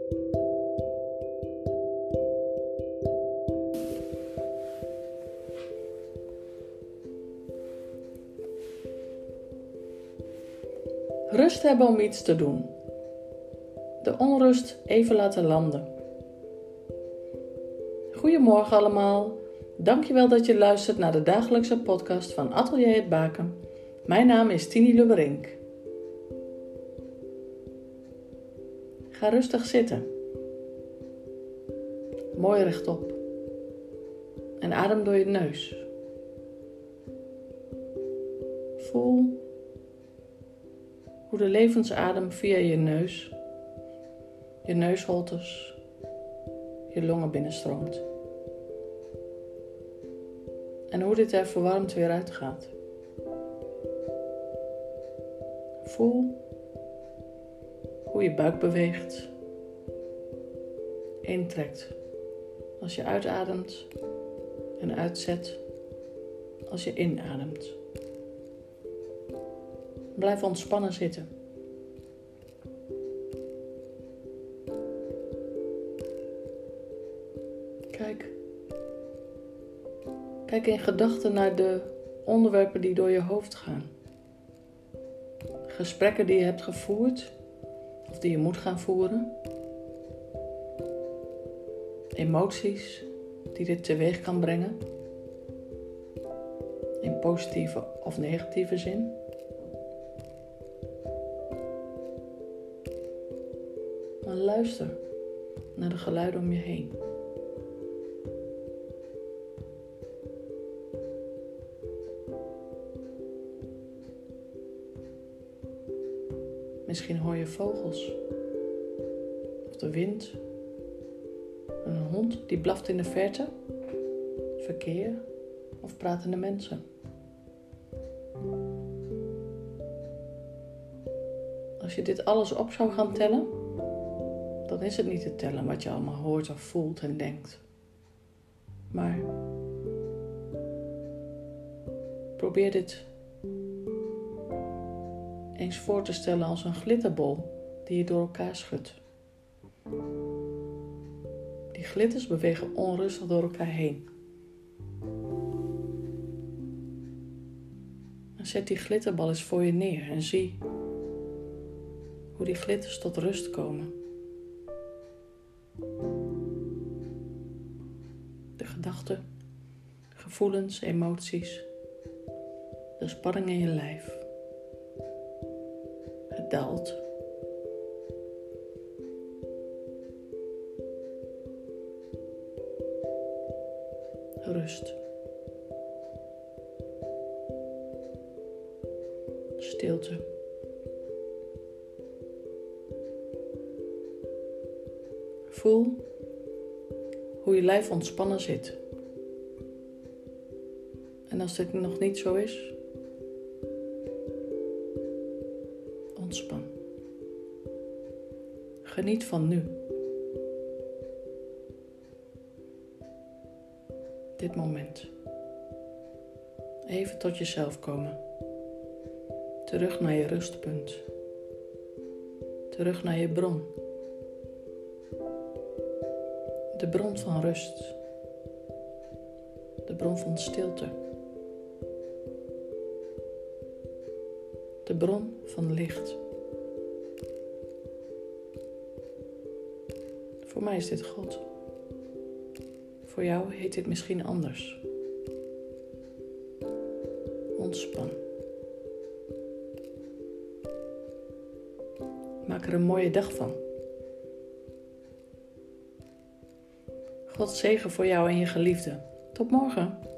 Rust hebben om iets te doen. De onrust even laten landen. Goedemorgen allemaal. Dankjewel dat je luistert naar de dagelijkse podcast van Atelier Het Baken. Mijn naam is Tini Lubberink. Ga rustig zitten. Mooi rechtop. En adem door je neus. Voel hoe de levensadem via je neus, je neusholtes, je longen binnenstroomt. En hoe dit er verwarmd weer uitgaat. Voel hoe je buik beweegt, intrekt als je uitademt en uitzet als je inademt. Blijf ontspannen zitten. Kijk in gedachten naar de onderwerpen die door je hoofd gaan. Gesprekken die je hebt gevoerd of die je moet gaan voeren. Emoties die dit teweeg kan brengen. In positieve of negatieve zin. Maar luister naar de geluiden om je heen. Misschien hoor je vogels, of de wind, een hond die blaft in de verte, verkeer of pratende mensen. Als je dit alles op zou gaan tellen, dan is het niet te tellen wat je allemaal hoort of voelt en denkt. Maar probeer dit eens voor te stellen als een glitterbol die je door elkaar schudt. Die glitters bewegen onrustig door elkaar heen. En zet die glitterbal eens voor je neer en zie hoe die glitters tot rust komen. De gedachten, gevoelens, emoties, de spanning in je lijf. Het daalt. Rust. Stilte. Voel hoe je lijf ontspannen zit. En als dit nog niet zo is, ontspan. Geniet van nu. Dit moment. Even tot jezelf komen. Terug naar je rustpunt. Terug naar je bron. De bron van rust. De bron van stilte. De bron van licht. Voor mij is dit God. Voor jou heet dit misschien anders. Ontspan. Maak er een mooie dag van. God zegen voor jou en je geliefde. Tot morgen.